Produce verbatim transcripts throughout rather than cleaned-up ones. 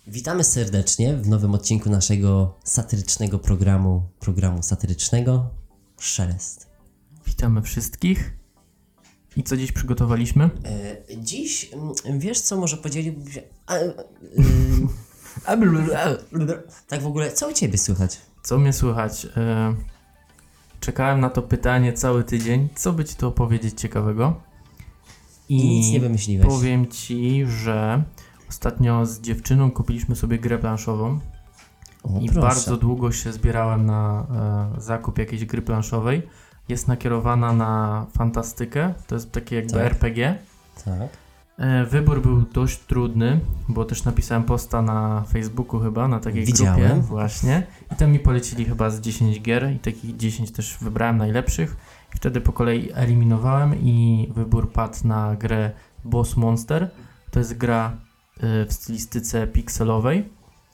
Witamy serdecznie w nowym odcinku naszego satyrycznego programu, programu satyrycznego Szelest. Witamy wszystkich. I co dziś przygotowaliśmy? E, dziś, m, wiesz co, może podzieliłbym się... A, y, tak w ogóle, co u Ciebie słychać? Co mnie słychać? E, czekałem na to pytanie cały tydzień. Co by Ci tu opowiedzieć ciekawego? I, I nic nie wymyśliłeś. Powiem Ci, że ostatnio z dziewczyną kupiliśmy sobie grę planszową. O, I proszę. bardzo długo się zbierałem na e, zakup jakiejś gry planszowej. Jest nakierowana na fantastykę. To jest takie jakby Tak. er pe gie. Tak. E, wybór był dość trudny, bo też napisałem posta na Facebooku chyba, na takiej Widziałem. grupie właśnie. I tam mi polecili chyba z dziesięć gier i takich dziesięć też wybrałem najlepszych. I wtedy po kolei eliminowałem i wybór padł na grę Boss Monster. To jest gra y, w stylistyce pikselowej.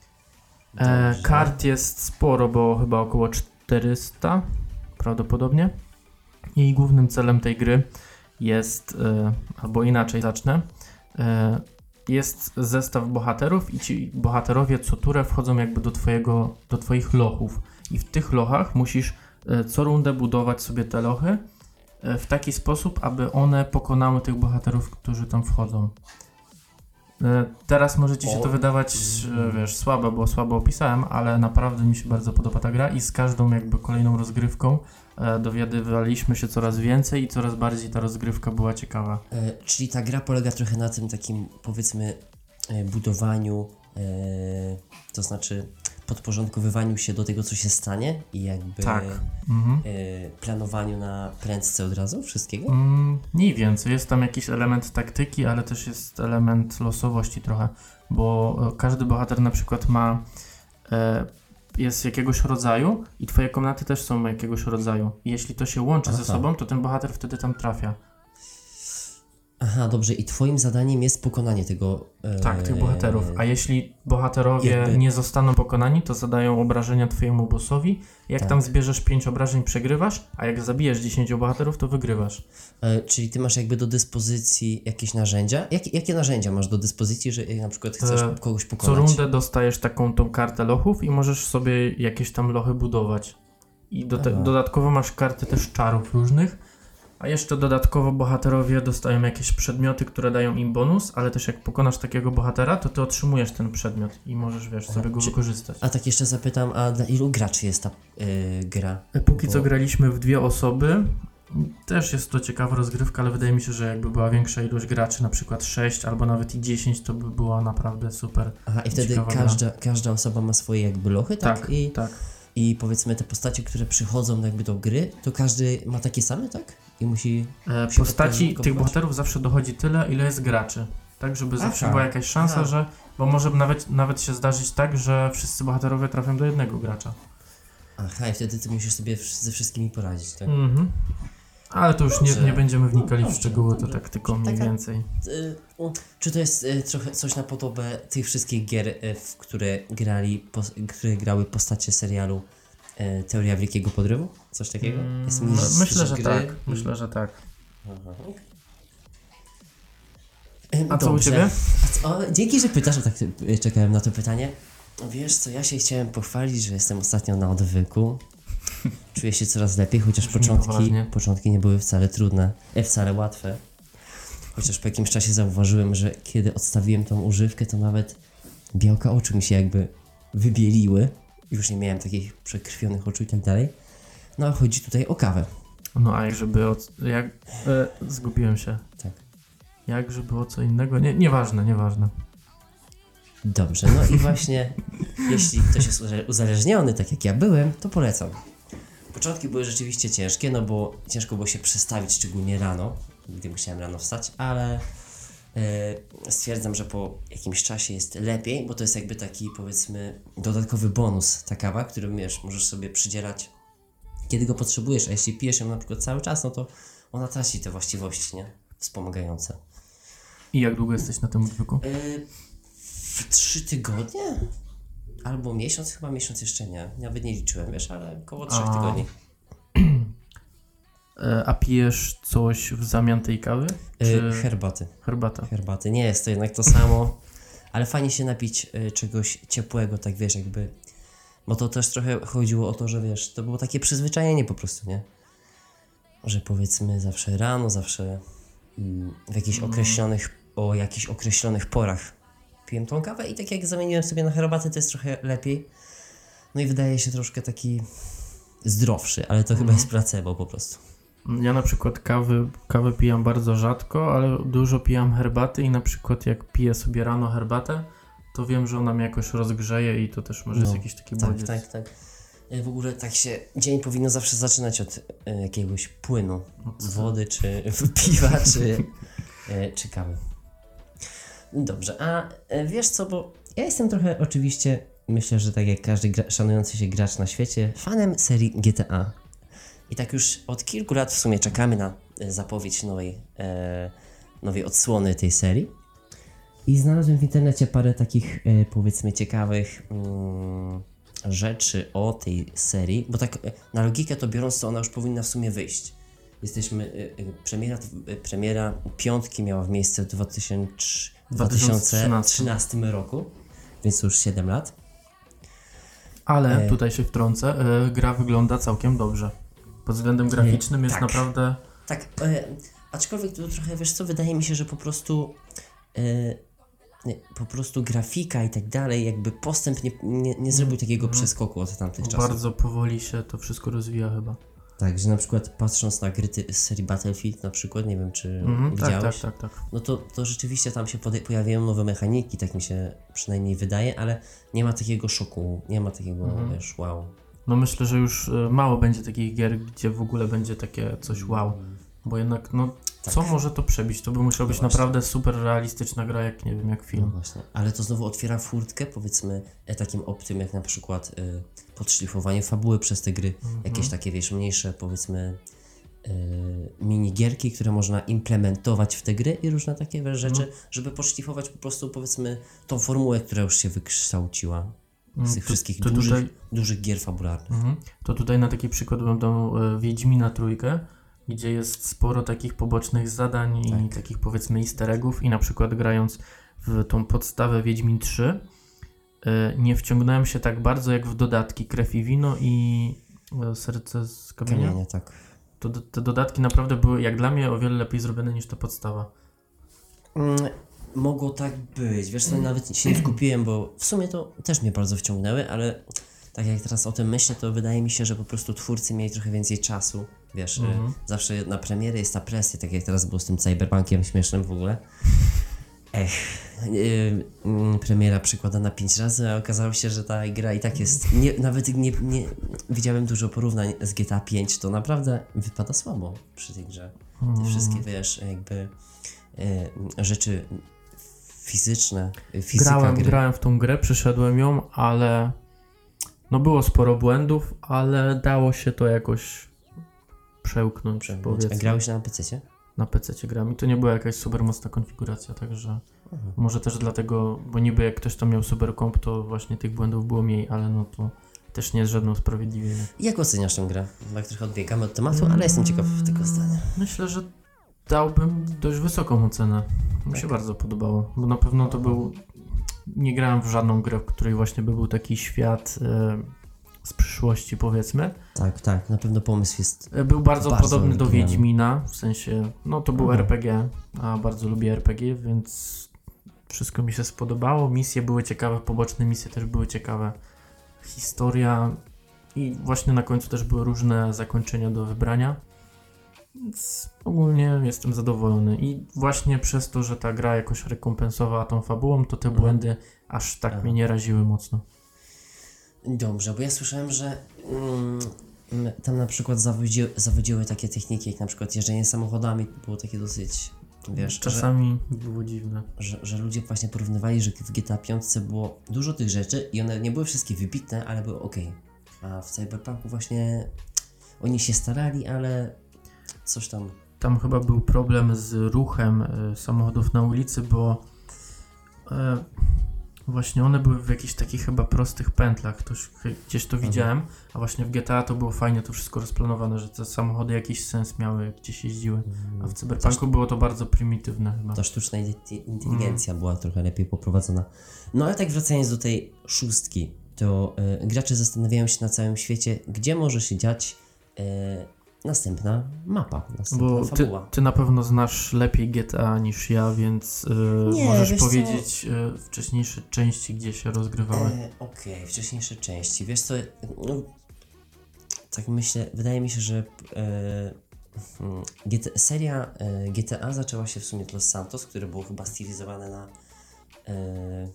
E, Dobrze. kart jest sporo, bo chyba około czterysta prawdopodobnie. I głównym celem tej gry jest, y, albo inaczej zacznę, y, jest zestaw bohaterów i ci bohaterowie co turę wchodzą jakby do twojego, do twoich lochów. I w tych lochach musisz y, co rundę budować sobie te lochy y, w taki sposób, aby one pokonały tych bohaterów, którzy tam wchodzą. Y, teraz może ci się O. to wydawać, y, wiesz, słabe, bo słabo opisałem, ale naprawdę mi się bardzo podoba ta gra i z każdą jakby kolejną rozgrywką e, dowiadywaliśmy się coraz więcej i coraz bardziej ta rozgrywka była ciekawa. E, czyli ta gra polega trochę na tym takim, powiedzmy, e, budowaniu, e, to znaczy podporządkowywaniu się do tego, co się stanie i jakby Tak. Mhm. e, planowaniu na prędce od razu wszystkiego? Mm, mniej więcej. Jest tam jakiś element taktyki, ale też jest element losowości trochę, bo e, każdy bohater na przykład ma e, jest jakiegoś rodzaju i twoje komnaty też są jakiegoś rodzaju. I jeśli to się łączy Aha. ze sobą, to ten bohater wtedy tam trafia. Aha, dobrze. I twoim zadaniem jest pokonanie tego... E, Tak, tych bohaterów. A jeśli bohaterowie jakby- nie zostaną pokonani, to zadają obrażenia twojemu bossowi. Jak Tak. tam zbierzesz pięć obrażeń, przegrywasz, a jak zabijesz dziesięć bohaterów, to wygrywasz. e, czyli ty masz jakby do dyspozycji jakieś narzędzia? Jak, jakie narzędzia masz do dyspozycji, że e, na przykład chcesz E, kogoś Co pokonać? rundę dostajesz taką tą kartę lochów i możesz sobie jakieś tam lochy budować. I do te, Aha. dodatkowo masz karty też czarów różnych, a jeszcze dodatkowo bohaterowie dostają jakieś przedmioty, które dają im bonus, ale też jak pokonasz takiego bohatera, to ty otrzymujesz ten przedmiot i możesz, wiesz, sobie go Czy- wykorzystać. A tak jeszcze zapytam, a dla ilu graczy jest ta e, gra? Póki Bo- co graliśmy w dwie osoby. Też jest to ciekawa rozgrywka, ale wydaje mi się, że jakby była większa ilość graczy, na przykład sześć albo nawet i dziesięć, to by była naprawdę super. Aha, i wtedy Ciekawa gra. każda, każda osoba ma swoje jakby lochy, tak? Tak, I, tak. I powiedzmy te postacie, które przychodzą jakby do gry, to każdy ma takie same, tak? I musi... E, się postaci podporządkować? tych bohaterów zawsze dochodzi tyle, ile jest graczy. Tak, żeby zawsze Aha. była jakaś szansa, Aha. że... Bo może nawet, nawet się zdarzyć tak, że wszyscy bohaterowie trafią do jednego gracza. Aha, i wtedy ty musisz sobie wsz- ze wszystkimi poradzić, tak? Mhm. Ale to już nie, Dobrze. nie będziemy wnikali w Dobrze, szczegóły, to dobrze. tak tylko mniej Taka- więcej. Y, u, czy to jest y, trochę coś na podobę tych wszystkich gier, y, w które grali, pos, które grały postacie serialu y, Teoria Wielkiego Podrywu? Coś takiego? Mm, Jest no, mistrz myślę, że gry tak. i- Myślę, że tak. Aha, okej. Y, A co u dobrze. ciebie? A co, o, dzięki, że pytasz, bo tak y, czekałem na to pytanie. Wiesz co, ja się chciałem pochwalić, że jestem ostatnio na odwyku. Czuję się coraz lepiej, chociaż Brzmi początki, poważnie. początki nie były wcale trudne, e, wcale łatwe. Chociaż po jakimś czasie zauważyłem, że kiedy odstawiłem tą używkę, to nawet białka oczu mi się jakby wybieliły. Już nie miałem takich przekrwionych oczu i tak dalej. No a chodzi tutaj o kawę. No a jak żeby o... Jak, e, zgubiłem się. Tak. Jak żeby o co innego? Nie, nieważne, nieważne. Dobrze, no i właśnie jeśli ktoś jest uze- uzależniony, tak jak ja byłem, to polecam. Początki były rzeczywiście ciężkie, no bo ciężko było się przestawić, szczególnie rano, gdy musiałem rano wstać, ale e, stwierdzam, że po jakimś czasie jest lepiej, bo to jest jakby taki, powiedzmy, dodatkowy bonus, ta kawa, który wiesz, możesz sobie przydzielać, kiedy go potrzebujesz, a jeśli pijesz ją na przykład cały czas, no to ona traci te właściwości, nie? Wspomagające. I jak długo jesteś na tym odwyku? Yy, w trzy tygodnie? Albo miesiąc? Chyba miesiąc jeszcze nie. Nawet nie liczyłem, wiesz, ale około trzech A. tygodni. E, a pijesz coś w zamian tej kawy? Yy, Czy herbaty. herbata? Herbaty. Nie jest to jednak to samo, ale fajnie się napić y, czegoś ciepłego, tak wiesz, jakby, bo to też trochę chodziło o to, że wiesz, to było takie przyzwyczajenie po prostu, nie? Że powiedzmy zawsze rano, zawsze mm, w jakichś określonych, o jakichś określonych porach piłem tą kawę i tak jak zamieniłem sobie na herbatę, to jest trochę lepiej. No i wydaje się troszkę taki zdrowszy, ale to mm. chyba jest placebo po prostu. Ja na przykład kawy, kawę pijam bardzo rzadko, ale dużo pijam herbaty i na przykład jak piję sobie rano herbatę, to wiem, że ona mnie jakoś rozgrzeje i to też może No, jest jakiś taki tak, bodziec. tak, tak. W ogóle tak się dzień powinno zawsze zaczynać od e, jakiegoś płynu, Od wody, czy piwa, czy, e, czy kawy. Dobrze, a e, wiesz co, bo ja jestem trochę oczywiście, myślę, że tak jak każdy gra, szanujący się gracz na świecie, fanem serii G T A. I tak już od kilku lat w sumie czekamy na e, zapowiedź nowej, e, nowej odsłony tej serii. I znalazłem w internecie parę takich e, powiedzmy ciekawych mm, rzeczy o tej serii, bo tak e, na logikę to biorąc, to ona już powinna w sumie wyjść. Jesteśmy, e, e, premiera, e, premiera piątki miała w miejsce w dwa tysiące trzynastym roku, więc już siedem lat. Ale e, tutaj się wtrącę, e, gra wygląda całkiem dobrze. Pod względem graficznym jest tak. naprawdę... Tak, e, aczkolwiek to trochę, wiesz co, wydaje mi się, że po prostu e, nie, po prostu grafika i tak dalej, jakby postęp nie, nie, nie zrobił takiego Mhm. przeskoku od tamtych czasów. Bardzo powoli się to wszystko rozwija chyba. Tak, że na przykład patrząc na gry ty- z serii Battlefield na przykład, nie wiem czy Mhm, tak, widziałeś, tak, tak, tak. no to, to rzeczywiście tam się pode- pojawiają nowe mechaniki, tak mi się przynajmniej wydaje, ale nie ma takiego szoku, nie ma takiego, Mhm. wiesz, wow. No myślę, że już e, mało będzie takich gier, gdzie w ogóle będzie takie coś wow. Bo jednak, no, Tak. co może to przebić? To by musiała być No właśnie. naprawdę super realistyczna gra, jak nie wiem, jak No film. właśnie, ale to znowu otwiera furtkę, powiedzmy, e, takim optym, jak na przykład y, podszlifowanie fabuły przez te gry, Mhm. jakieś takie, wiesz, mniejsze, powiedzmy, y, minigierki, które można implementować w te gry i różne takie wiesz, rzeczy, Mhm. żeby podszlifować po prostu, powiedzmy, tą formułę, która już się wykształciła z tych To- wszystkich to dużych, tutaj- dużych gier fabularnych. Mhm. To tutaj na taki przykład bym dał e, Wiedźmina trójkę, gdzie jest sporo takich pobocznych zadań i Tak. takich powiedzmy easter eggów i na przykład grając w tą podstawę Wiedźmin trzy e, nie wciągnąłem się tak bardzo jak w dodatki Krew i Wino i e, Serce z kamienia. Kamienie, tak. To, te dodatki naprawdę były jak dla mnie o wiele lepiej zrobione niż ta podstawa. Mm, mogło tak być, wiesz co, nawet się nie skupiłem, bo w sumie to też mnie bardzo wciągnęły, ale tak jak teraz o tym myślę, to wydaje mi się, że po prostu twórcy mieli trochę więcej czasu, wiesz, Mhm. y, zawsze na premierę jest ta presja, tak jak teraz było z tym Cyberpunkiem śmiesznym w ogóle. Ech, y, y, premiera przykładana pięć razy, a okazało się, że ta gra i tak jest, nie, nawet nie, nie widziałem dużo porównań z G T A pięć, to naprawdę wypada słabo przy tej grze. Te Mhm. wszystkie, wiesz, jakby y, rzeczy fizyczne, fizyka Grałem, gry. grałem w tą grę, przyszedłem ją, ale no było sporo błędów, ale dało się to jakoś przełknąć, A powiedzmy. grałeś na pececie? Na pececie gram i to nie była jakaś super mocna konfiguracja, także Mhm. może też dlatego, bo niby jak ktoś tam miał super komp, to właśnie tych błędów było mniej, ale no to też nie jest żadne usprawiedliwienie. Jak oceniasz tę grę? Bo jak trochę odbiegamy od tematu, ale jestem ciekaw tego zdania. Myślę, że dałbym dość wysoką ocenę. Mi Tak. się bardzo podobało, bo na pewno to był... Nie grałem w żadną grę, w której właśnie by był taki świat e, z przyszłości, powiedzmy. Tak, tak, na pewno pomysł jest... E, Był bardzo, Bardzo podobny do oryginalny. Wiedźmina, w sensie, no to był Aha. R P G, a bardzo lubię R P G, więc wszystko mi się spodobało. Misje były ciekawe, poboczne misje też były ciekawe. Historia i właśnie na końcu też były różne zakończenia do wybrania. Więc ogólnie jestem zadowolony i właśnie przez to, że ta gra jakoś rekompensowała tą fabułą, to te Mhm. błędy aż tak Aha. mnie nie raziły mocno. Dobrze, bo ja słyszałem, że mm, tam na przykład zawodziły, zawodziły takie techniki, jak na przykład jeżdżenie samochodami, to było takie dosyć, wiesz, że, Czasami było dziwne. że, że ludzie właśnie porównywali, że w G T A pięć było dużo tych rzeczy i one nie były wszystkie wybitne, ale były ok. A w Cyberpunku właśnie oni się starali, ale coś tam... Tam chyba był problem z ruchem y, samochodów na ulicy, bo y, Właśnie one były w jakichś takich chyba prostych pętlach, to już gdzieś to widziałem, a właśnie w G T A to było fajnie to wszystko rozplanowane, że te samochody jakiś sens miały, jak gdzieś jeździły, a w Cyberpunku było to bardzo prymitywne chyba. Ta sztuczna inteligencja mm. była trochę lepiej poprowadzona. No ale tak wracając do tej szóstki, to y, gracze zastanawiają się na całym świecie, gdzie może się dziać y, następna mapa, następna Bo ty, fabuła. ty na pewno znasz lepiej G T A niż ja, więc y, Nie, możesz wiesz powiedzieć y, wcześniejsze części, gdzie się rozgrywały. E, Okej, okay, wcześniejsze części. Wiesz co, no, tak myślę, wydaje mi się, że e, G T, seria e, G T A zaczęła się w sumie od Los Santos, które było chyba stylizowane na e,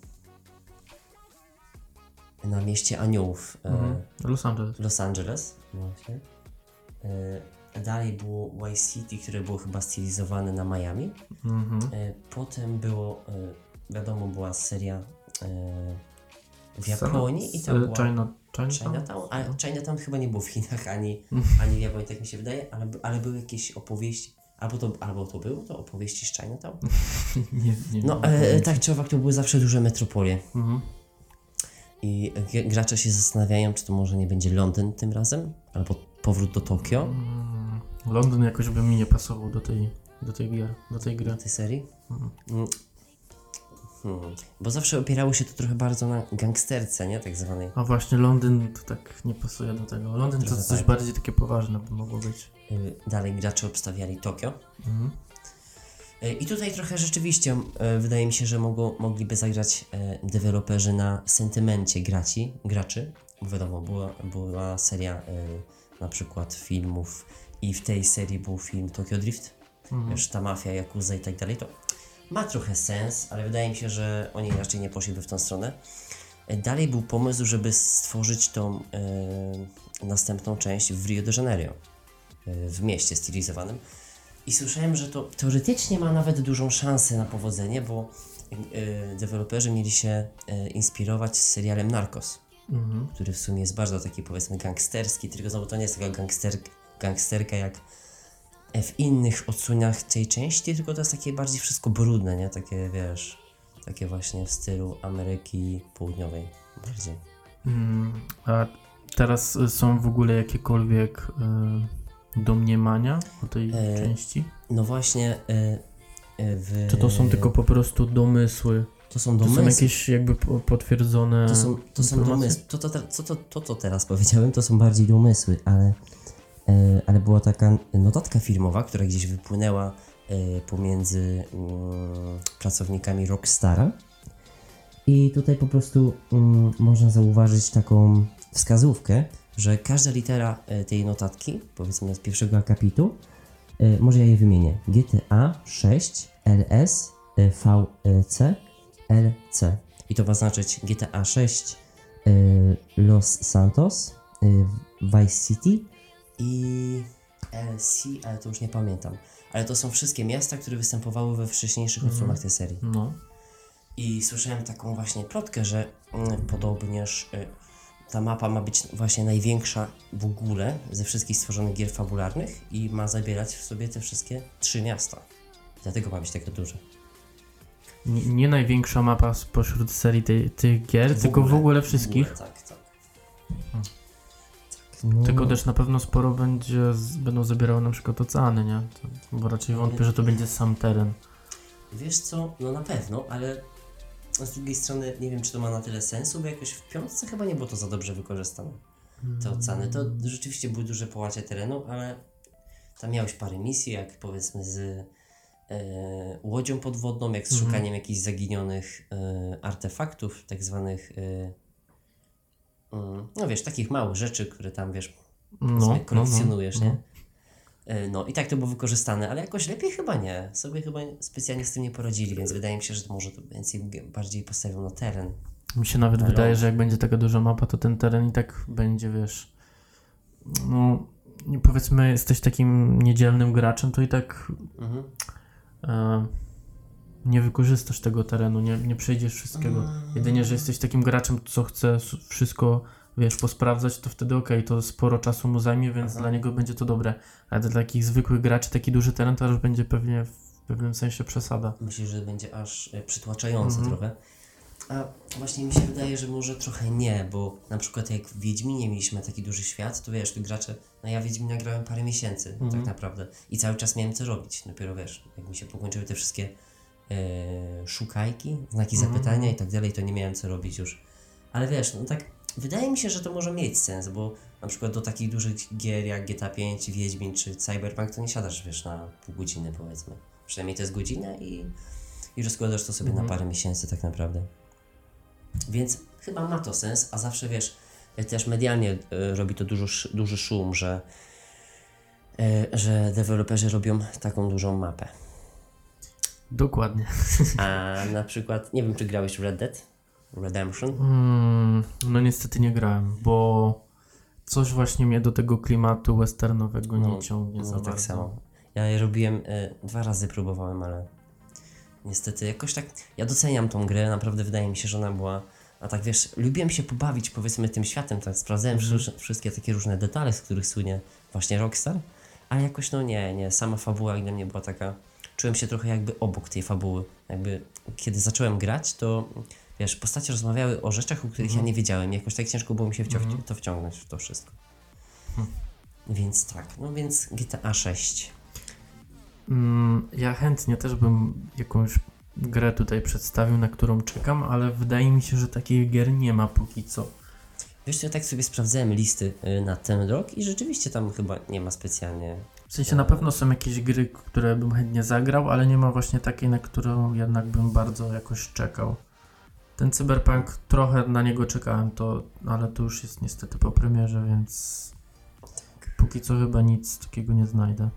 na mieście aniołów e, Mhm. Los Angeles. Los Angeles, właśnie. E, dalej było Vice City, które było chyba stylizowane na Miami. Mhm. E, potem było, e, wiadomo, była seria e, w Japonii i tam była China, Chinatown? Chinatown, ale Chinatown chyba nie było w Chinach, ani, ani w Japonii, tak mi się wydaje, ale, ale były jakieś opowieści, albo to, albo to było, to opowieści z Chinatown. nie, nie, No nie, e, tak czy owak, to były zawsze duże metropolie. Mhm. I g- gracze się zastanawiają, czy to może nie będzie Londyn tym razem, albo powrót do Tokio, Mm, Londyn jakoś by mi nie pasował do tej, do tej gry. Do tej gry. tej serii. Mhm. Mm. Hmm. Bo zawsze opierało się to trochę bardzo na gangsterce, nie? Tak zwanej. A właśnie Londyn to tak nie pasuje do tego. Londyn to Trochę coś tak. bardziej takie poważne by mogło być. Y, Dalej gracze obstawiali Tokio. Mhm. Y, I tutaj trochę rzeczywiście y, wydaje mi się, że mogło, mogliby zagrać y, deweloperzy na sentymencie graci, graczy. Bo wiadomo, była, była seria y, na przykład filmów i w tej serii był film Tokyo Drift. Mhm. Wiesz, ta mafia, Yakuza i tak dalej. To ma trochę sens, ale wydaje mi się, że oni raczej nie poszliby w tą stronę. Y, Dalej był pomysł, żeby stworzyć tą y, następną część w Rio de Janeiro. W mieście stylizowanym i słyszałem, że to teoretycznie ma nawet dużą szansę na powodzenie, bo y, deweloperzy mieli się y, inspirować serialem Narcos, Mhm. który w sumie jest bardzo taki, powiedzmy, gangsterski, tylko znowu to nie jest taka gangster, gangsterka jak w innych odsłoniach tej części, tylko to jest takie bardziej wszystko brudne, nie? Takie, wiesz, takie właśnie w stylu Ameryki Południowej bardziej. Mm, a teraz y, są w ogóle jakiekolwiek y, domniemania o tej E, części? No właśnie y, y, w... Czy to są tylko po prostu domysły? To są To domysły. są jakieś jakby po- potwierdzone To są, to są informacje? domysły. To, to, to, to, to, to, co teraz powiedziałem, to są bardziej domysły, ale, e, ale była taka notatka firmowa, która gdzieś wypłynęła e, pomiędzy mm, pracownikami Rockstara. I tutaj po prostu mm, można zauważyć taką wskazówkę, że każda litera e, tej notatki, powiedzmy z pierwszego akapitu, e, może ja je wymienię. G T A sześć, L S, e, V C, L C. I to ma znaczyć G T A sześć, y, Los Santos, y, Vice City i L C, ale to już nie pamiętam. Ale to są wszystkie miasta, które występowały we wcześniejszych Mhm. odsłonach tej serii. No. I słyszałem taką właśnie plotkę, że mm, podobnież y, ta mapa ma być właśnie największa w ogóle ze wszystkich stworzonych gier fabularnych i ma zabierać w sobie te wszystkie trzy miasta. Dlatego ma być takie duże. Nie, nie największa mapa spośród serii tej, tych gier, W tylko ogóle, w ogóle w wszystkich. ogóle, tak, tak. Hmm. tak no. Tylko też na pewno sporo będzie, z, będą zabierały na przykład oceany, nie? To, bo raczej wątpię, że to będzie sam teren. Wiesz co, no na pewno, ale z drugiej strony nie wiem, czy to ma na tyle sensu, bo jakoś w piątce chyba nie było to za dobrze wykorzystane. Te oceany, to rzeczywiście były duże połacie terenu, ale tam miałeś parę misji, jak powiedzmy z e, łodzią podwodną, jak z Mhm. szukaniem jakichś zaginionych e, artefaktów, tak zwanych, e, mm, no wiesz, takich małych rzeczy, które tam, wiesz, No, sobie kolekcjonujesz, no, no. nie? E, No i tak to było wykorzystane, ale jakoś lepiej chyba nie. Sobie chyba specjalnie z tym nie poradzili, więc wydaje mi się, że to może to więcej bardziej postawią na teren. Mi się nawet Ale- wydaje, że jak będzie taka duża mapa, to ten teren i tak będzie, wiesz, no nie- powiedzmy jesteś takim niedzielnym graczem, to i tak Mhm. e, nie wykorzystasz tego terenu, nie, nie przejdziesz wszystkiego. Jedynie, że jesteś takim graczem, co chce s- wszystko, wiesz, posprawdzać, to wtedy okej, to sporo czasu mu zajmie, więc Aha. dla niego będzie to dobre. Ale dla takich zwykłych graczy taki duży teren to już będzie pewnie w pewnym sensie przesada. Myślę, że będzie aż e, przytłaczające Mhm. trochę. A właśnie mi się wydaje, że może trochę nie, bo na przykład jak w Wiedźminie mieliśmy taki duży świat, to wiesz, tu gracze, no ja Wiedźmina grałem parę miesięcy Mhm. tak naprawdę i cały czas miałem co robić. Dopiero wiesz, jak mi się pokończyły te wszystkie e, szukajki, znaki Mhm. zapytania i tak dalej, to nie miałem co robić już. Ale wiesz, no tak, wydaje mi się, że to może mieć sens, bo na przykład do takich dużych gier jak G T A pięć, Wiedźmin czy Cyberpunk to nie siadasz, wiesz, na pół godziny powiedzmy. Przynajmniej to jest godzina i, i rozkładasz to sobie Mhm. na parę miesięcy tak naprawdę. Więc chyba ma to sens, a zawsze wiesz, też medialnie y, robi to dużo, sz- duży szum, że, y, że deweloperzy robią taką dużą mapę. Dokładnie. A na przykład, nie wiem czy grałeś w Red Dead Redemption? Mm, no niestety nie grałem, bo coś właśnie mnie do tego klimatu westernowego No, nie ciągnie za No tak bardzo. samo. Ja je robiłem, y, dwa razy próbowałem, ale niestety jakoś tak, ja doceniam tą grę, naprawdę wydaje mi się, że ona była, a tak wiesz, lubiłem się pobawić powiedzmy tym światem, tak sprawdzałem Mhm. wszy- wszystkie takie różne detale, z których słynie właśnie Rockstar, ale jakoś no nie, nie, sama fabuła dla mnie była taka, czułem się trochę jakby obok tej fabuły, jakby kiedy zacząłem grać, to wiesz, postacie rozmawiały o rzeczach, o których ja nie wiedziałem, jakoś tak ciężko było mi się wcią- Mhm. to wciągnąć w to wszystko. Hmm. Więc tak, no więc G T A sześć. Mm, ja chętnie też bym jakąś grę tutaj przedstawił, na którą czekam, ale wydaje mi się, że takich gier nie ma póki co. Wiesz co, ja tak sobie sprawdzałem listy y, na ten rok i rzeczywiście tam chyba nie ma specjalnie. W sensie na pewno są jakieś gry, które bym chętnie zagrał, ale nie ma właśnie takiej, na którą jednak bym bardzo jakoś czekał. Ten Cyberpunk, trochę na niego czekałem, to, ale to już jest niestety po premierze, więc póki co chyba nic takiego nie znajdę.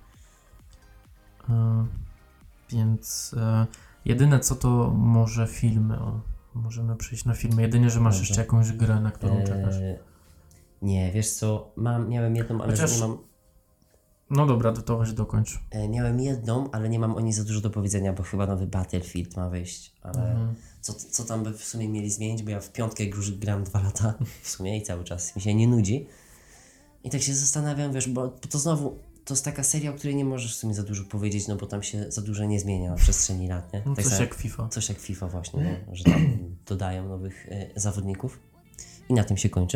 E, więc e, jedyne co to może filmy. O, możemy przejść na filmy. Jedynie, że masz Dobrze. jeszcze jakąś grę, na którą czekasz. E, nie, wiesz co, mam, miałem jedną, ale Chociaż- nie mam. No dobra, to to weź dokończ. E, miałem jedną, ale nie mam o niej za dużo do powiedzenia, bo chyba nowy Battlefield ma wyjść. Ale Mhm. co, co tam by w sumie mieli zmienić, bo ja w piątkę już gram dwa lata w sumie i cały czas mi się nie nudzi. I tak się zastanawiam, wiesz, bo to znowu, to jest taka seria, o której nie możesz w sumie za dużo powiedzieć, no bo tam się za dużo nie zmienia na przestrzeni lat, nie? No Tak coś samo- jak FIFA. Coś jak FIFA właśnie, no, że tam dodają nowych e, zawodników i na tym się kończy.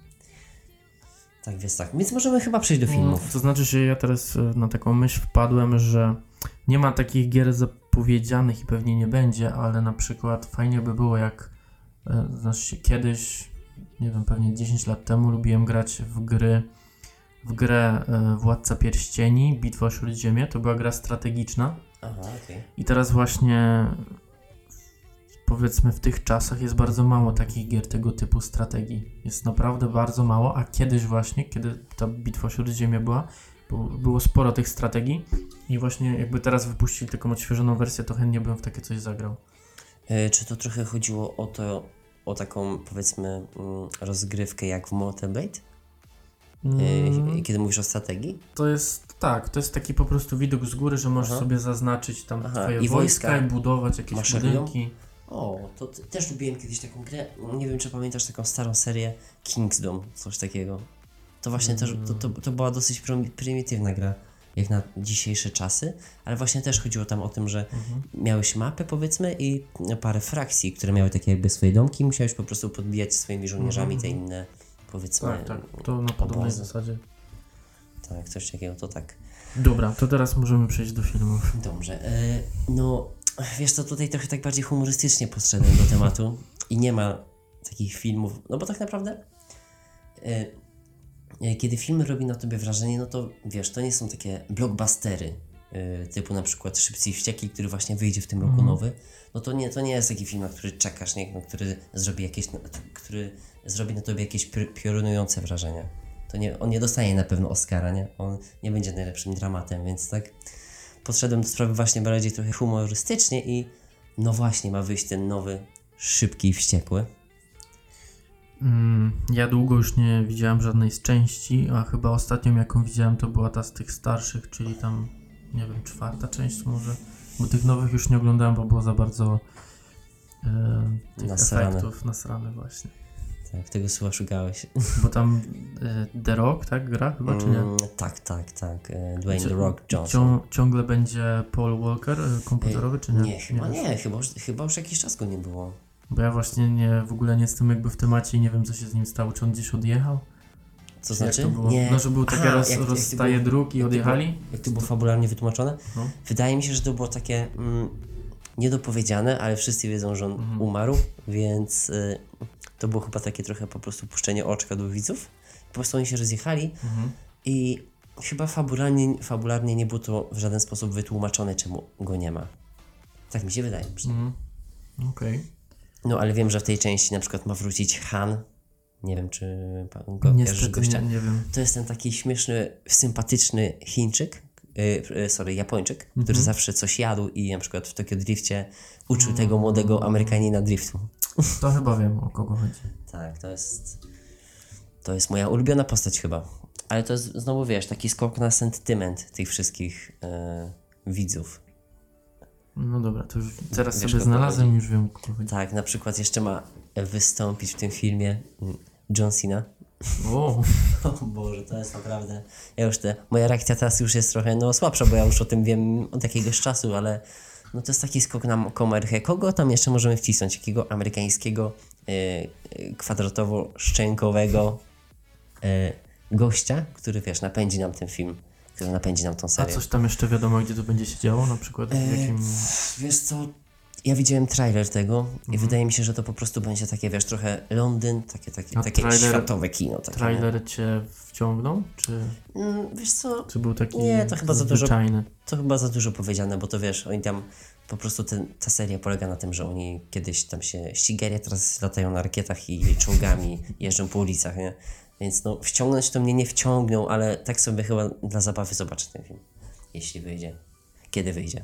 Tak, więc tak. Więc możemy chyba przejść do filmów. No, to znaczy się, ja teraz e, na taką myśl wpadłem, że nie ma takich gier zapowiedzianych i pewnie nie będzie, ale na przykład fajnie by było jak, e, znaczy się kiedyś, nie wiem, pewnie dziesięć lat temu lubiłem grać w gry, w grę e, Władca Pierścieni, Bitwa o Śródziemie, to była gra strategiczna Aha, okej. i teraz właśnie powiedzmy w tych czasach jest bardzo mało takich gier tego typu strategii. Jest naprawdę bardzo mało, a kiedyś właśnie, kiedy ta Bitwa o Śródziemie była, było, było sporo tych strategii i właśnie jakby teraz wypuścili taką odświeżoną wersję, to chętnie bym w takie coś zagrał. E, czy to trochę chodziło o to, o taką powiedzmy mm, rozgrywkę jak w Mortal Blade? E, Mm, kiedy mówisz o strategii? to jest, tak, to jest taki po prostu widok z góry, że możesz Aha. sobie zaznaczyć tam Aha, twoje i wojska, wojska. i budować jakieś Maszerują? budynki. O, to t- też lubiłem kiedyś taką grę. Nie wiem, czy pamiętasz taką starą serię Kingsdom, coś takiego. To właśnie też, to, to, to była dosyć prim- prymitywna gra, jak na dzisiejsze czasy, ale właśnie też chodziło tam o tym, że Mhm. miałeś mapę powiedzmy i parę frakcji, które miały takie jakby swoje domki i musiałeś po prostu podbijać swoimi żołnierzami te inne powiedzmy Tak, tak, to na podobnej obozy. zasadzie. Tak, coś takiego, to tak. Dobra, to teraz możemy przejść do filmów. Dobrze, e, no wiesz co, tutaj trochę tak bardziej humorystycznie podszedłem do tematu i nie ma takich filmów, no bo tak naprawdę e, e, kiedy film robi na tobie wrażenie, no to wiesz, to nie są takie blockbustery e, typu na przykład Szybcy i Wściekli, który właśnie wyjdzie w tym roku Mhm. nowy, no to nie, to nie jest taki film, na który czekasz, nie? No, który zrobi jakieś, który zrobi na tobie jakieś pi- piorunujące wrażenie. To nie, on nie dostanie na pewno Oscara, nie? On nie będzie najlepszym dramatem, więc tak podszedłem do sprawy właśnie bardziej trochę humorystycznie i no właśnie ma wyjść ten nowy Szybki i Wściekły. Mm, ja długo już nie widziałem żadnej z części, a chyba ostatnią jaką widziałem to była ta z tych starszych, czyli tam, nie wiem, czwarta część może, bo tych nowych już nie oglądałem, bo było za bardzo e, tych Nasrane. efektów nasrane właśnie. Tak, tego słowa szukałeś. Bo tam e, The Rock, tak, gra chyba, czy nie? Mm, tak, tak, tak. E, Dwayne Cio- The Rock Johnson. cią- ciągle będzie Paul Walker e, komputerowy, czy nie? Nie, chyba wiesz? nie, chyba już, chyba już jakiś czas go nie było. Bo ja właśnie nie, w ogóle nie jestem jakby w temacie i nie wiem, co się z nim stało. Czy on gdzieś odjechał? Co Czy znaczy? Jak to było? Nie. No, że był takie Aha, roz, jak- jak to rozstaje było- dróg i jak to odjechali? było- Jak to było fabularnie wytłumaczone? No. Wydaje mi się, że to było takie mm, niedopowiedziane, ale wszyscy wiedzą, że on Mhm. umarł, więc y, to było chyba takie trochę po prostu puszczenie oczka do widzów. Po prostu oni się rozjechali Mhm. i chyba fabularnie, fabularnie nie było to w żaden sposób wytłumaczone, czemu go nie ma. Tak mi się wydaje. Mhm. Okej. No ale wiem, że w tej części na przykład ma wrócić Han. Nie wiem, czy pan go kojarzysz Niestety gościa. nie, nie wiem. To jest ten taki śmieszny, sympatyczny Chińczyk, yy, yy, sorry, Japończyk, który Mhm. zawsze coś jadł i na przykład w Tokyo Drifcie uczył tego młodego Amerykanina driftu. To chyba wiem, o kogo chodzi. Tak, to jest to jest moja ulubiona postać chyba. Ale to jest znowu, wiesz, taki skok na sentyment tych wszystkich yy, widzów. No dobra, to już teraz Wiesz, sobie o co znalazłem chodzi? i już wiem, o kogo chodzi. Tak, na przykład jeszcze ma wystąpić w tym filmie mm, John Cena. O, O Boże, to jest naprawdę... Ja już te... Moja reakcja teraz już jest trochę no słabsza, bo ja już o tym wiem od jakiegoś czasu, ale no to jest taki skok na komerchę. Kogo tam jeszcze możemy wcisnąć? Jakiego amerykańskiego e, e, kwadratowo-szczękowego e, gościa, który wiesz, napędzi nam ten film, który napędzi nam tą a serię. coś tam jeszcze wiadomo, gdzie to będzie się działo? Na przykład w E, jakim... Wiesz co, ja widziałem trailer tego i Mhm. wydaje mi się, że to po prostu będzie takie, wiesz, trochę Londyn, takie, takie, A takie trailer- światowe kino. Takie, Trailer cię wciągnął? Czy, Mm, wiesz co, czy był taki Nie, to chyba za dużo- zwyczajny? to chyba za dużo powiedziane, bo to wiesz, oni tam po prostu ten, ta seria polega na tym, że oni kiedyś tam się ścigali, a teraz latają na rakietach i czołgami jeżdżą po ulicach, nie? Więc no wciągnąć to mnie nie wciągną, ale tak sobie chyba dla zabawy zobaczę ten film, jeśli wyjdzie. Kiedy wyjdzie.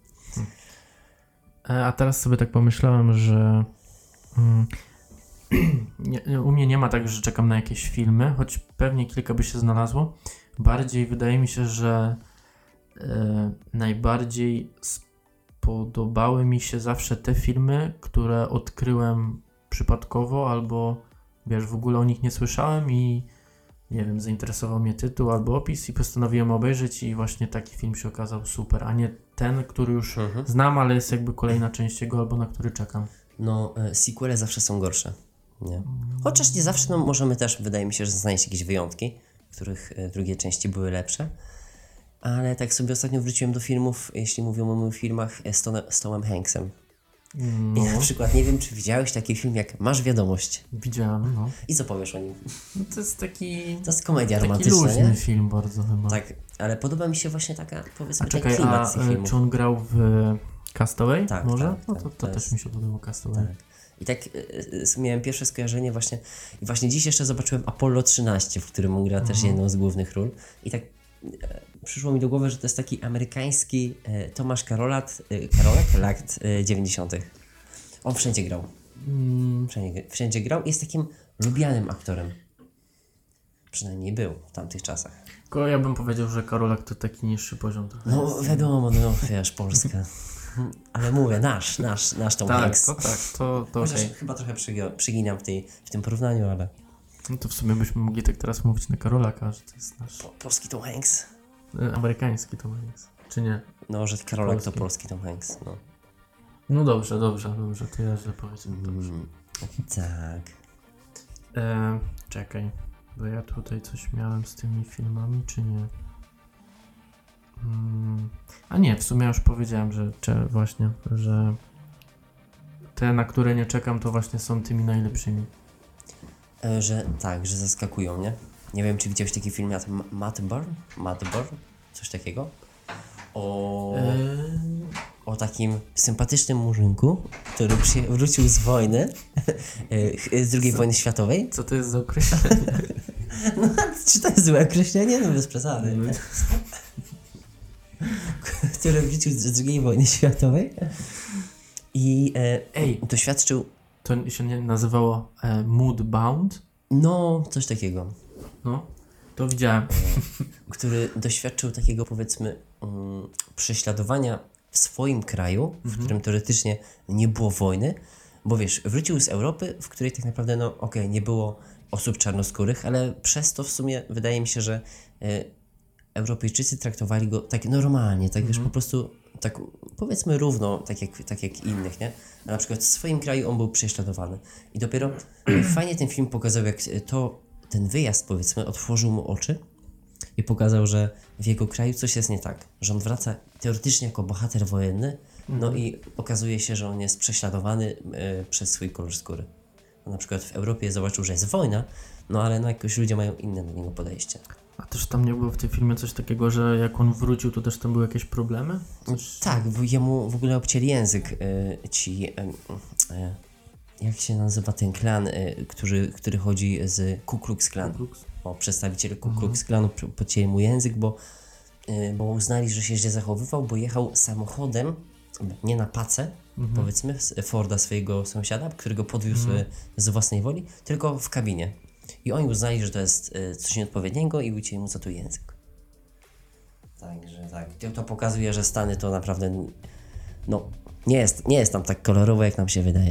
E, A teraz sobie tak pomyślałem, że mm, nie, u mnie nie ma tak, że czekam na jakieś filmy, choć pewnie kilka by się znalazło. Bardziej wydaje mi się, że e, najbardziej spodobały mi się zawsze te filmy, które odkryłem przypadkowo albo wiesz, w ogóle o nich nie słyszałem i nie wiem, zainteresował mnie tytuł albo opis i postanowiłem obejrzeć i właśnie taki film się okazał super, a nie ten, który już Mhm. znam, ale jest jakby kolejna część jego albo na który czekam. No, e, sequele zawsze są gorsze, nie? Chociaż nie zawsze, no możemy też, wydaje mi się, że znaleźć jakieś wyjątki, których e, drugie części były lepsze. Ale tak sobie ostatnio wróciłem do filmów, jeśli mówią o moich filmach, e, z, Tone, z Tomem Hanksem. I na No, przykład nie wiem, czy widziałeś taki film jak Masz Wiadomość. widziałem, no. I co powiesz o nim? no. To jest taki, To jest komedia taki romantyczna, luźny nie? film bardzo chyba. Tak, ale podoba mi się właśnie taka, powiedzmy, A ten czekaj, klimat a tych e, filmów. czy on grał w Castaway? Tak, Może? tak, no tak, to, to to też jest- mi się podobało Castaway. Tak. I tak y, y, miałem pierwsze skojarzenie właśnie, i właśnie dziś jeszcze zobaczyłem Apollo trzynaście, w którym on gra też Mhm. jedną z głównych ról. I tak e, przyszło mi do głowy, że to jest taki amerykański e, Tomasz Karolat, e, Karolak lat e, dziewięćdziesiątych. On wszędzie grał. Mm, Wszędzie, wszędzie grał i jest takim lubianym aktorem. Przynajmniej był w tamtych czasach. tylko ja bym powiedział, że Karolak to taki niższy poziom trochę. No wiadomo, no wiesz, Polska. Ale mówię, nasz, nasz, nasz Tom tak, Hanks. to tak, to, to Chociaż okej. chyba trochę przygio- przyginam w, tej, w tym porównaniu, ale No to w sumie byśmy mogli tak teraz mówić na Karolaka, że to jest nasz po, polski Tom Hanks. e, amerykański Tom Hanks. Czy nie? No, że Karolak to Polski. polski Tom Hanks, no. No dobrze, dobrze, dobrze, to ja źle powiedziałem. Dobrze. Mm, tak. E, czekaj, bo ja tutaj coś miałem z tymi filmami, czy nie? Mm, a nie, w sumie już powiedziałem, że cze, właśnie, że te, na które nie czekam, to właśnie są tymi najlepszymi. E, że tak, że zaskakują, nie? Nie wiem, czy widziałeś taki film jak M- Matterburn? Matterburn? Coś takiego? O, E, o takim sympatycznym murzynku, który przy, wrócił z wojny, e, z drugiej Co? wojny światowej. co to jest za określenie? No, czy to jest złe określenie? No bez przesady. Który wrócił z drugiej wojny światowej i e, Ej. doświadczył, To się nie nazywało e, Moodbound? no, coś takiego, No, to widziałem. który doświadczył takiego, powiedzmy, um, prześladowania w swoim kraju, w Mhm. którym teoretycznie nie było wojny, bo wiesz, wrócił z Europy, w której tak naprawdę, no okej, nie było osób czarnoskórych, ale przez to w sumie wydaje mi się, że e, Europejczycy traktowali go tak normalnie, tak wiesz, Mhm. po prostu tak powiedzmy równo, tak jak, tak jak innych, nie? A na przykład w swoim kraju on był prześladowany. I dopiero fajnie ten film pokazał, jak to, ten wyjazd powiedzmy otworzył mu oczy i pokazał, że w jego kraju coś jest nie tak. Że on wraca teoretycznie jako bohater wojenny, no i okazuje się, że on jest prześladowany y, przez swój kolor skóry. No, na przykład w Europie zobaczył, że jest wojna, no ale no jakoś ludzie mają inne do niego podejście. A też tam nie było w tym filmie coś takiego, że jak on wrócił, to też tam były jakieś problemy? Coś... Tak, w- jemu w ogóle obcięli język y, ci, y, y, jak się nazywa ten klan, y, który, który chodzi z Ku Klux Klan. Klux? O, przedstawiciele Ku Klux Klanu p- podcięli mu język, bo, y, bo uznali, że się źle zachowywał, bo jechał samochodem, nie na pacę, powiedzmy, z Forda swojego sąsiada, którego podwiózł y, z własnej woli, tylko w kabinie. I oni uznali, że to jest y, coś nieodpowiedniego i ucięli mu za to język. Także tak, to, to pokazuje, że Stany to naprawdę, no, nie jest, nie jest tam tak kolorowo, jak nam się wydaje.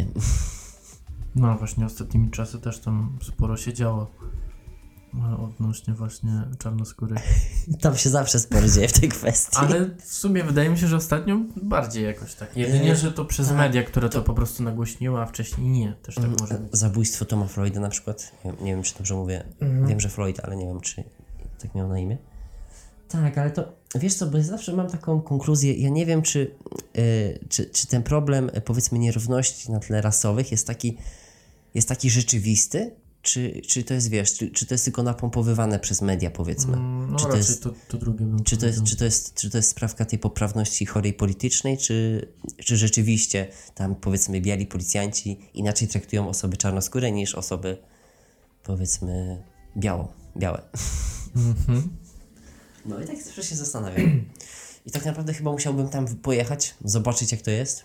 No właśnie ostatnimi czasy też tam sporo się działo e, odnośnie właśnie czarnoskórych. Tam się zawsze sporo dzieje w tej kwestii. Ale w sumie wydaje mi się, że ostatnio bardziej jakoś tak. Jedynie, że to przez tak, media, które to po prostu nagłośniły, a wcześniej nie. Też tak może być. Zabójstwo Toma Floyda na przykład, nie, nie wiem, czy dobrze mówię, wiem, że Floyd, ale nie wiem, czy tak miał na imię. Tak, ale to, wiesz co, bo ja zawsze mam taką konkluzję, ja nie wiem, czy, yy, czy, czy ten problem, yy, powiedzmy, nierówności na tle rasowych jest taki, jest taki rzeczywisty, czy, czy to jest, wiesz, czy, czy to jest tylko napompowywane przez media, powiedzmy. Mm, No czy to raczej jest, to, to drugie bym czy to, jest, powiedział. czy, to jest, czy to jest sprawka tej poprawności chorej politycznej, czy, czy rzeczywiście tam, powiedzmy, biali policjanci inaczej traktują osoby czarnoskóre niż osoby, powiedzmy, biało, białe. Mhm. No i tak zawsze się zastanawiam. I tak naprawdę chyba musiałbym tam pojechać, zobaczyć jak to jest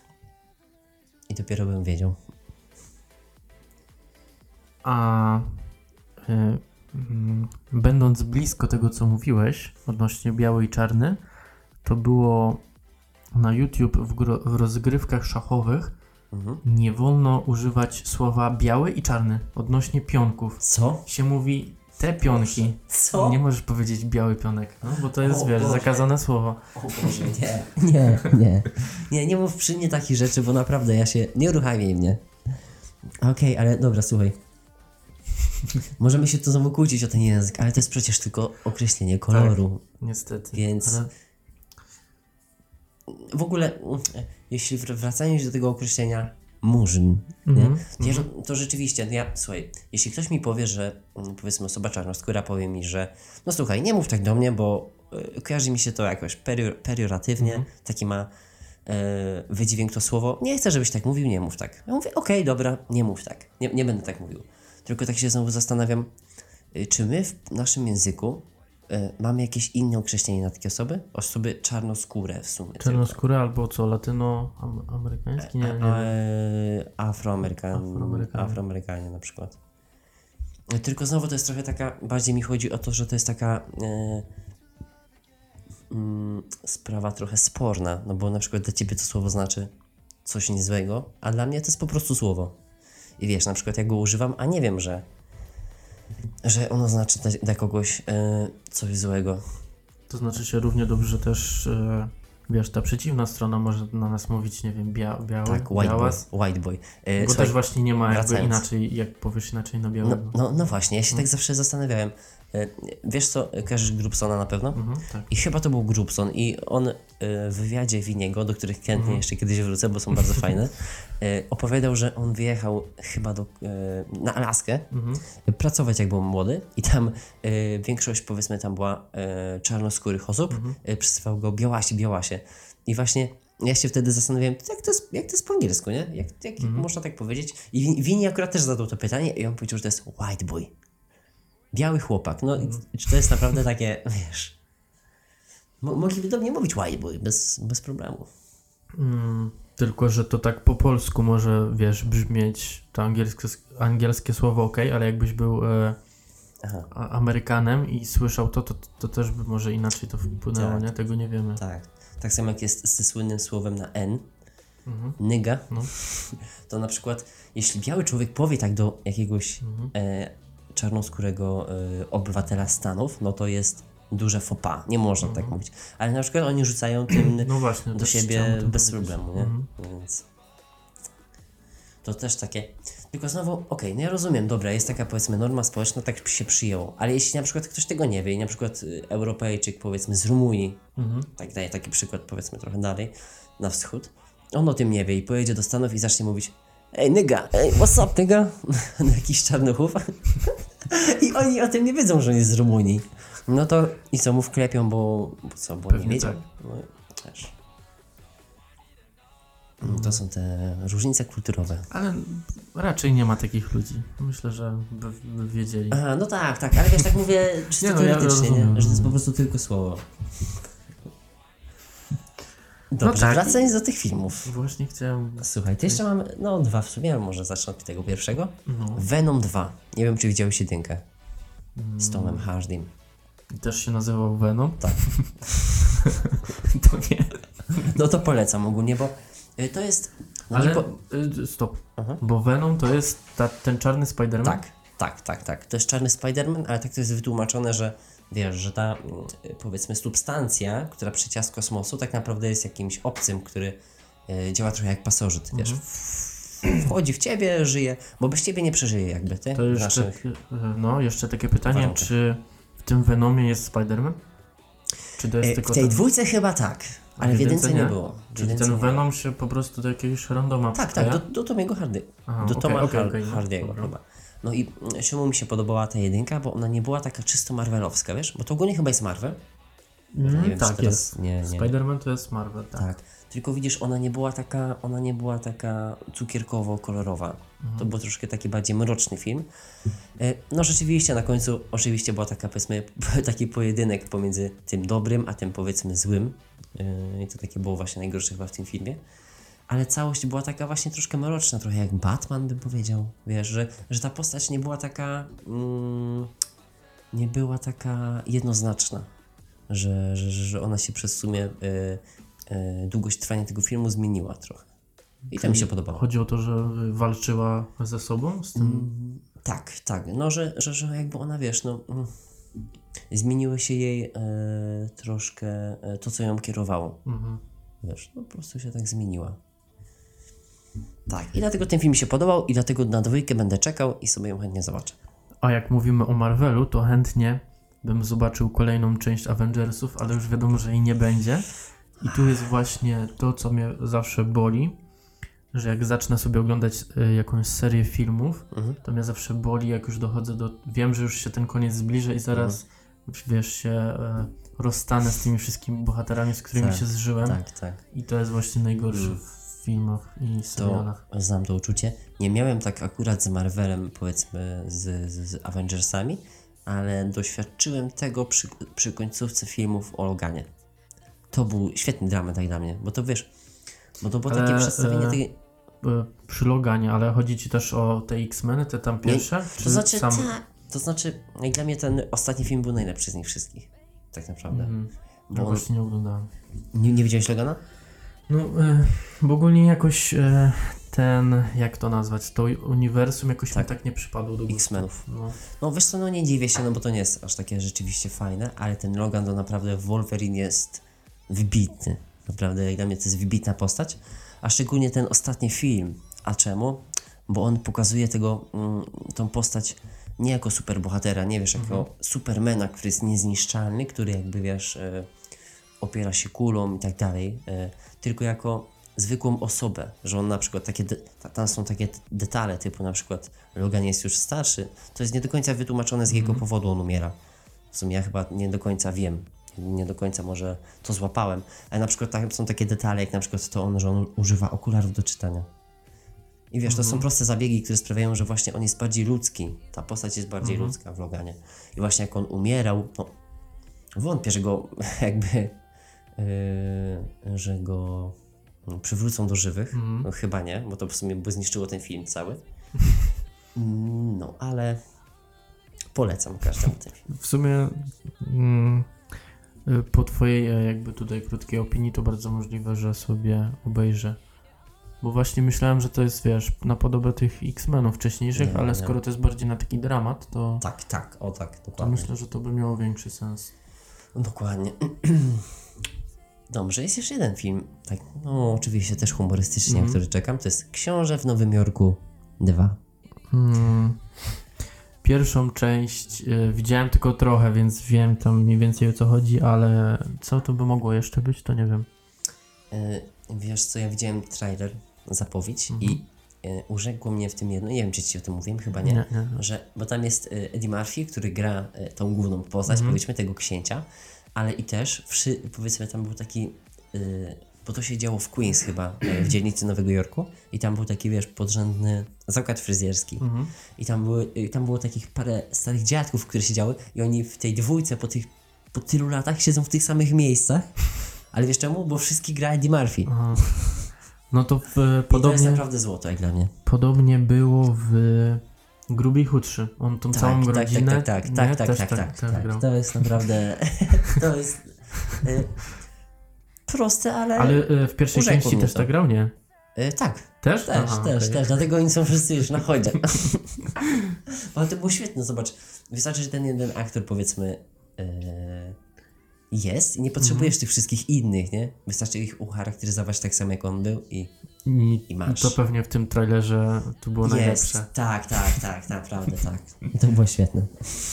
i dopiero bym wiedział. A y, mm, będąc blisko tego, co mówiłeś odnośnie biały i czarny, to było na YouTube w, gro, w rozgrywkach szachowych Mhm. nie wolno używać słowa biały i czarny odnośnie pionków. Co? Się mówi te pionki. Co? Nie możesz powiedzieć biały pionek, no bo to jest, O wiesz, Boże. zakazane słowo. O Boże, nie. Nie, nie. Nie, nie mów przy mnie takich rzeczy, bo naprawdę ja się... Nie uruchamiaj mnie. Okej, ale dobra, słuchaj. Możemy się tu znowu kłócić o ten język, ale to jest przecież tylko określenie koloru. Niestety. Więc- Ale W ogóle, mm, jeśli wr- wracając do tego określenia murzyn, Mhm, nie? Ja, to rzeczywiście, ja, słuchaj, jeśli ktoś mi powie, że mm, powiedzmy osoba czarnoskóra powie mi, że no słuchaj, nie mów tak do mnie, bo y, kojarzy mi się to jakoś perio, perioratywnie, taki ma y, wydźwięk to słowo, nie chcę, żebyś tak mówił, nie mów tak. Ja mówię, okej, dobra, nie mów tak, nie, nie będę tak mówił. Tylko tak się znowu zastanawiam, y, czy my w naszym języku y, mamy jakieś inne określenie na takie osoby? Osoby czarnoskóre w sumie. tylko. czarnoskóry albo co, latynoamerykański? Nie, nie wiem. E, Afroamerykan, Afroamerykanie. Afroamerykanie na przykład. E, Tylko znowu to jest trochę taka, bardziej mi chodzi o to, że to jest taka e, mm, sprawa trochę sporna, no bo na przykład dla ciebie to słowo znaczy coś niezłego, a dla mnie to jest po prostu słowo. I wiesz, na przykład ja go używam, a nie wiem, że że ono znaczy dla, dla kogoś e, coś złego. To znaczy się równie dobrze też, e, wiesz, ta przeciwna strona może na nas mówić, nie wiem, bia, biały, Tak, white boy, białas, white boy. E, bo słuchaj, też właśnie nie ma jakby wracając. inaczej, jak powiesz inaczej na No, białego. no, no właśnie, ja się tak zawsze zastanawiałem. E, Wiesz co, kojarzysz Grubsona na pewno? Mhm, tak. I chyba to był Grubson i on e, w wywiadzie Winiego, do których chętnie jeszcze kiedyś wrócę, bo są bardzo fajne, e, opowiadał, że on wyjechał chyba do, e, na Alaskę Mhm. pracować jak był młody i tam e, większość powiedzmy tam była e, czarnoskórych osób, Mhm. e, przyzywał go białasie, białasie. I właśnie ja się wtedy zastanawiałem, jak to jest, jak to jest po angielsku, nie? Jak, jak Mhm. można tak powiedzieć? I Win- Wini akurat też zadał to pytanie i on powiedział, że to jest white boy. Biały chłopak. No i czy to jest naprawdę takie, wiesz... Mo- mogliby do mnie mówić white boy, bez, bez problemu. Mm, tylko, że to tak po polsku może, wiesz, brzmieć to angielskie, angielskie słowo ok, ale jakbyś był e, Aha, a- Amerykanem i słyszał to, to, to też by może inaczej to wpłynęło, Tak. nie? Tego nie wiemy. tak. Tak samo jak jest z tym słynnym słowem na N, Mhm. nyga, No. to na przykład jeśli biały człowiek powie tak do jakiegoś Mhm. e, czarnoskórego e, obywatela Stanów, no to jest duże faux pas, nie można tak mówić. Ale na przykład oni rzucają tym No właśnie, do też siebie chciałem to bez powiedzieć. problemu, nie? Mhm. Więc to też takie. Tylko znowu, okej, no ja rozumiem, dobra, jest taka powiedzmy norma społeczna, tak się przyjęło, ale jeśli na przykład ktoś tego nie wie i na przykład y, Europejczyk powiedzmy z Rumunii, Mhm. tak daję taki przykład powiedzmy trochę dalej, na wschód, on o tym nie wie i pojedzie do Stanów i zacznie mówić ej nigga, ej what's up nigga, na jakiś czarnuchów i oni o tym nie wiedzą, że on jest z Rumunii. No to i co mu wklepią, bo, bo co, bo Pewnie nie wiedział. tak. No też. No, to są te różnice kulturowe. Ale raczej nie ma takich ludzi. Myślę, że by, by wiedzieli. Aha, no tak, tak, ale wiesz, tak mówię czysto Nie, no, ja teoretycznie, rozumiem. nie? Że to jest po prostu tylko słowo. Dobrze, tak. wracając do tych filmów. Właśnie chciałem... Słuchaj, to jeszcze mamy, no dwa w sumie, może zacznę od tego pierwszego. No. Venom dwa. Nie wiem, czy widziałeś jedynkę. Z Tomem Hardym. I też się nazywał Venom? Tak. To nie. No to polecam ogólnie, bo y, to jest... No Ale nie po... y, stop. Aha. Bo Venom to jest ta, ten czarny Spider-Man? Tak, tak, tak, tak. To jest czarny Spider-Man, ale tak to jest wytłumaczone, że wiesz, że ta y, powiedzmy substancja, która przyciąga z kosmosu, tak naprawdę jest jakimś obcym, który y, działa trochę jak pasożyt, wiesz. Mhm. W, wchodzi w ciebie, żyje, bo bez ciebie nie przeżyje jakby, ty. To w jeszcze, naszych... no, jeszcze takie pytanie, warunkach. czy w tym Venomie jest Spider-Man? Czy to jest Y, tylko W tej ten... dwójce chyba tak, A ale w jedynce nie nie? było. W Czyli jedynce ten nie Venom się po prostu do jakiegoś randoma Tak, tak, przykleja? do, do Tomiego Hardy. Aha, do okej, Toma okej, Har- okej, no, Hardiego dobra. chyba. No i mm, czemu mi się podobała ta jedynka, bo ona nie była taka czysto marvelowska, wiesz? Bo to ogólnie chyba jest Marvel. Mm, nie wiem, czy tak, teraz jest. nie- nie- Spider-Man to jest Marvel, tak. Tak. Tylko widzisz, ona nie była taka, ona nie była taka cukierkowo-kolorowa. Mhm. To był troszkę taki bardziej mroczny film. E, No rzeczywiście na końcu oczywiście była taka powiedzmy taki pojedynek pomiędzy tym dobrym, a tym powiedzmy złym. E, I to takie było właśnie najgorsze chyba w tym filmie. Ale całość była taka właśnie troszkę mroczna, trochę jak Batman bym powiedział. Wiesz, że, że ta postać nie była taka mm, nie była taka jednoznaczna. Że, że, że ona się przez w sumie y, y, długość trwania tego filmu zmieniła trochę. I to mi się podobało. Chodzi o to, że walczyła ze sobą z tym? Mm, tak, tak. No, że, że, że jakby ona, wiesz, no mm, zmieniły się jej e, troszkę e, to, co ją kierowało. Mhm. Wiesz, no po prostu się tak zmieniła. Tak, i dlatego ten film mi się podobał i dlatego na dwójkę będę czekał i sobie ją chętnie zobaczę. A jak mówimy o Marvelu, to chętnie bym zobaczył kolejną część Avengersów, ale już wiadomo, że jej nie będzie. I tu jest właśnie to, co mnie zawsze boli, że jak zacznę sobie oglądać y, jakąś serię filmów, Mhm. to mnie zawsze boli, jak już dochodzę do... Wiem, że już się ten koniec zbliża i zaraz, wiesz, się e, rozstanę z tymi wszystkimi bohaterami, z którymi Tak, się zżyłem. Tak, tak. I to jest właśnie najgorsze Mm. w filmach i To serialach. znam to uczucie. Nie miałem tak akurat z Marvelem, powiedzmy, z, z, z Avengersami, ale doświadczyłem tego przy, przy końcówce filmów o Loganie. To był świetny dramat tak dla mnie, bo to wiesz, bo to było Ale, takie przedstawienie e, tej... E, Przy Loganie, ale chodzi ci też o te X-Meny, te tam pierwsze? To znaczy, sam... tak, to znaczy, jak dla mnie ten ostatni film był najlepszy z nich wszystkich. Tak naprawdę. Mhm. Bo Ja on... właśnie nie oglądałem. nie, nie widziałeś Logana? No, e, bo ogólnie jakoś e, ten, jak to nazwać, to uniwersum jakoś Tak. mi tak nie przypadło do gustu. X-Menów. No. No wiesz co, no nie dziwię się, no bo to nie jest aż takie rzeczywiście fajne, ale ten Logan to naprawdę Wolverine jest wybitny. Naprawdę, jak dla mnie to jest wybitna postać, a szczególnie ten ostatni film. A czemu? Bo on pokazuje tego, mm, tą postać nie jako superbohatera, nie wiesz, jako Mhm. Supermana, który jest niezniszczalny, który jakby wiesz, e, opiera się kulą i tak dalej, e, tylko jako zwykłą osobę, że on na przykład takie, de- ta- tam są takie t- detale typu na przykład Logan jest już starszy, to jest nie do końca wytłumaczone z jakiego powodu on umiera. W sumie ja chyba nie do końca wiem, nie do końca może to złapałem, ale na przykład tam są takie detale jak na przykład to on, że on używa okularów do czytania. I wiesz, to są proste zabiegi, które sprawiają, że właśnie on jest bardziej ludzki, ta postać jest bardziej Mhm. ludzka w Loganie. I właśnie jak on umierał, no wątpię, że go jakby, yy, że go no, przywrócą do żywych. Mhm. No, chyba nie, bo to w sumie by zniszczyło ten film cały. No, ale polecam każdemu ten film. W sumie mm, y, po twojej e, jakby tutaj krótkiej opinii to bardzo możliwe, że sobie obejrzę. Bo właśnie myślałem, że to jest, wiesz, na podobę tych X-Menów wcześniejszych, Nie, ale nie. skoro to jest bardziej na taki dramat, to, Tak, tak, o tak, to dokładnie. myślę, że to by miało większy sens. Dokładnie. Dobrze, jest jeszcze jeden film, tak, no oczywiście też humorystycznie, Mhm. na który czekam, to jest Książę w Nowym Jorku dwa. Hmm. Pierwszą część y, widziałem tylko trochę, więc wiem tam mniej więcej o co chodzi, ale co to by mogło jeszcze być, to nie wiem. E, wiesz co, ja widziałem trailer, zapowiedź Mhm. i e, urzekło mnie w tym jedno, nie wiem czy ci o tym mówiłem, chyba nie, Nie, nie. że, bo tam jest e, Eddie Murphy, który gra e, tą główną postać, Mhm. powiedzmy tego księcia, ale i też, wszy, powiedzmy tam był taki, e, bo to się działo w Queens chyba, e, w dzielnicy Nowego Jorku i tam był taki, wiesz, podrzędny zakład fryzjerski. Mhm. I tam, były, i tam było takich parę starych dziadków, które siedziały i oni w tej dwójce po tych po tylu latach siedzą w tych samych miejscach. Ale wiesz czemu? Bo wszystkich gra Eddie Murphy. Aha. No to w, I to jest podobnie, naprawdę złoto jak dla mnie. podobnie było w Gruby i Chudszy. On tą całą tak, rodzinę... tak, tak, nie? tak, tak, Też tak, tak, też tak. grał. To jest naprawdę to jest y, proste, ale, Ale y, w pierwszej urzekło części mnie też to. tak grał, nie? y, tak, Też? też, Aha, też, okej. też. Dlatego oni są wszyscy już na chodzie. Ale to było świetne, zobacz. Wystarczy, że ten jeden aktor powiedzmy y, jest i nie potrzebujesz tych wszystkich innych, nie? Wystarczy ich ucharakteryzować tak samo jak on był i I, I masz. I to pewnie w tym trailerze to było jest. najlepsze. Tak, tak, tak, naprawdę tak. To było świetne.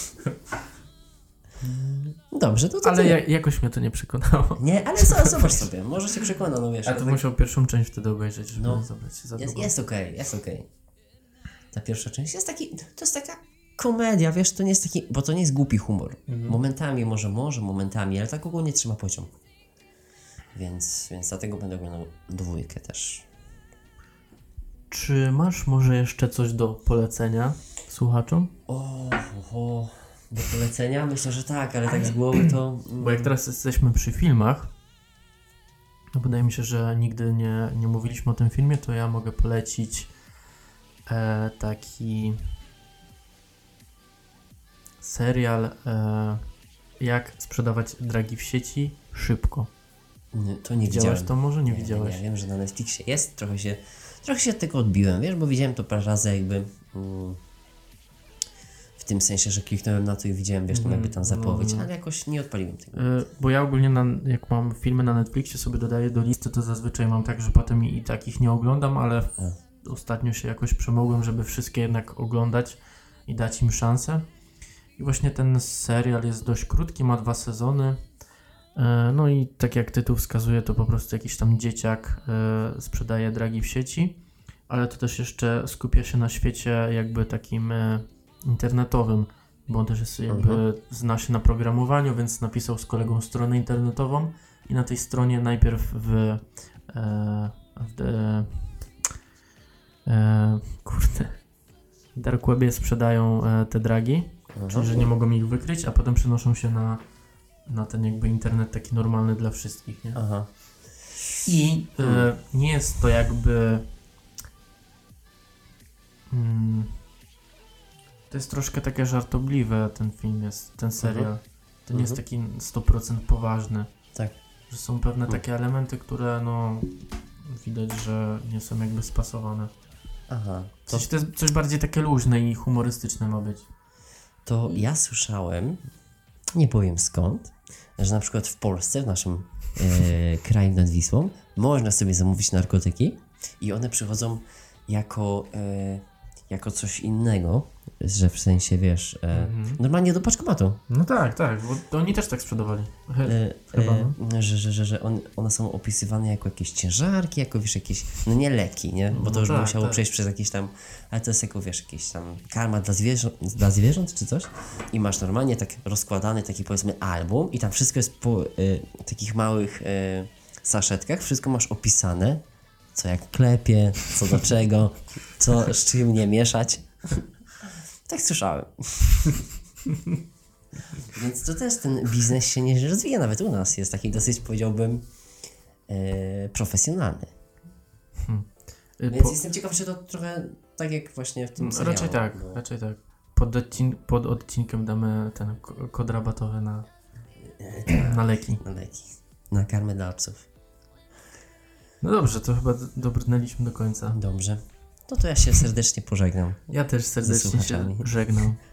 Dobrze, to to Ale tyle. ja, jakoś mnie to nie przekonało. Nie, ale z- zobacz sobie, może się przekona, no wiesz. A to tak- musiał pierwszą część wtedy obejrzeć, żeby No. nie zabrać się za Jest, drugą. jest okej, jest okej. Ta pierwsza część jest taki, to jest taka komedia, wiesz, to nie jest taki, bo to nie jest głupi humor. Mhm. Momentami może, może, momentami, ale tak ogólnie trzyma poziom. Więc, więc dlatego będę oglądał dwójkę też. Czy masz może jeszcze coś do polecenia słuchaczom? O, o, do polecenia? Myślę, że tak, ale tak z głowy to... mm, Bo jak teraz jesteśmy przy filmach, no wydaje mi się, że nigdy nie, nie mówiliśmy o tym filmie, to ja mogę polecić e, taki serial e, jak sprzedawać dragi w sieci szybko. Nie, to nie Widziałeś widziałem. to może? Nie, Nie, widziałeś? Nie, wiem, że na Netflixie jest, trochę się, trochę się od tego odbiłem, wiesz, bo widziałem to parę razy jakby mm, w tym sensie, że kliknąłem na to i widziałem, wiesz, tam Mhm, jakby tam no, zapowiedź, no. ale jakoś nie odpaliłem tego. Y, Bo ja ogólnie, na, jak mam filmy na Netflixie, sobie dodaję do listy, to zazwyczaj mam tak, że potem i, i takich nie oglądam, ale w, ostatnio się jakoś przemogłem, żeby wszystkie jednak oglądać i dać im szansę. I właśnie ten serial jest dość krótki, ma dwa sezony. Y, No i tak jak tytuł wskazuje, to po prostu jakiś tam dzieciak y, sprzedaje dragi w sieci, ale to też jeszcze skupia się na świecie jakby takim y, internetowym, bo on też jest jakby, Mhm. zna się na programowaniu, więc napisał z kolegą stronę internetową i na tej stronie najpierw w, e, w e, e, kurde, w dark webie sprzedają e, te dragi, Aha. czyli że nie mogą ich wykryć, a potem przenoszą się na, na ten jakby internet taki normalny dla wszystkich, nie? Aha. I e, nie jest to jakby mm, to jest troszkę takie żartobliwe ten film jest, ten serial. To nie jest taki sto procent poważny. Tak. Że są pewne Mhm. takie elementy, które no widać, że nie są jakby spasowane. Aha. To, Coś, to jest coś bardziej takie luźne i humorystyczne ma być. to ja słyszałem, nie powiem skąd, że na przykład w Polsce, w naszym e, kraju nad Wisłą, można sobie zamówić narkotyki i one przychodzą jako, e, jako coś innego, że w sensie, wiesz, e, Mhm. normalnie do paczkomatu. No tak, tak, bo to oni też tak sprzedawali. E, Chyba, e, że że, że, że on, one są opisywane jako jakieś ciężarki, jako wiesz, jakieś, no nie leki, nie? Bo to No już by tak, musiało tak. przejść przez jakieś tam, ale to jest jako, wiesz, jakieś tam karma dla zwierząt, dla zwierząt czy coś i masz normalnie tak rozkładany taki powiedzmy album i tam wszystko jest po e, takich małych e, saszetkach, wszystko masz opisane, co jak klepie, co do czego, co z czym nie mieszać. Tak słyszałem. Więc to też ten biznes się nie rozwija, nawet u nas jest taki dosyć, powiedziałbym, e, profesjonalny. Y, Więc po- jestem ciekaw, czy to trochę tak jak właśnie w tym serialu. raczej tak, bo- raczej tak. Pod, odcin- pod odcinkiem damy ten ko- kod rabatowy na, na leki. Na leki. Na karmę dla psów. No dobrze, to chyba d- dobrnęliśmy do końca. Dobrze. No to ja się serdecznie pożegnam. Ja też serdecznie się słuchaczami. żegnam.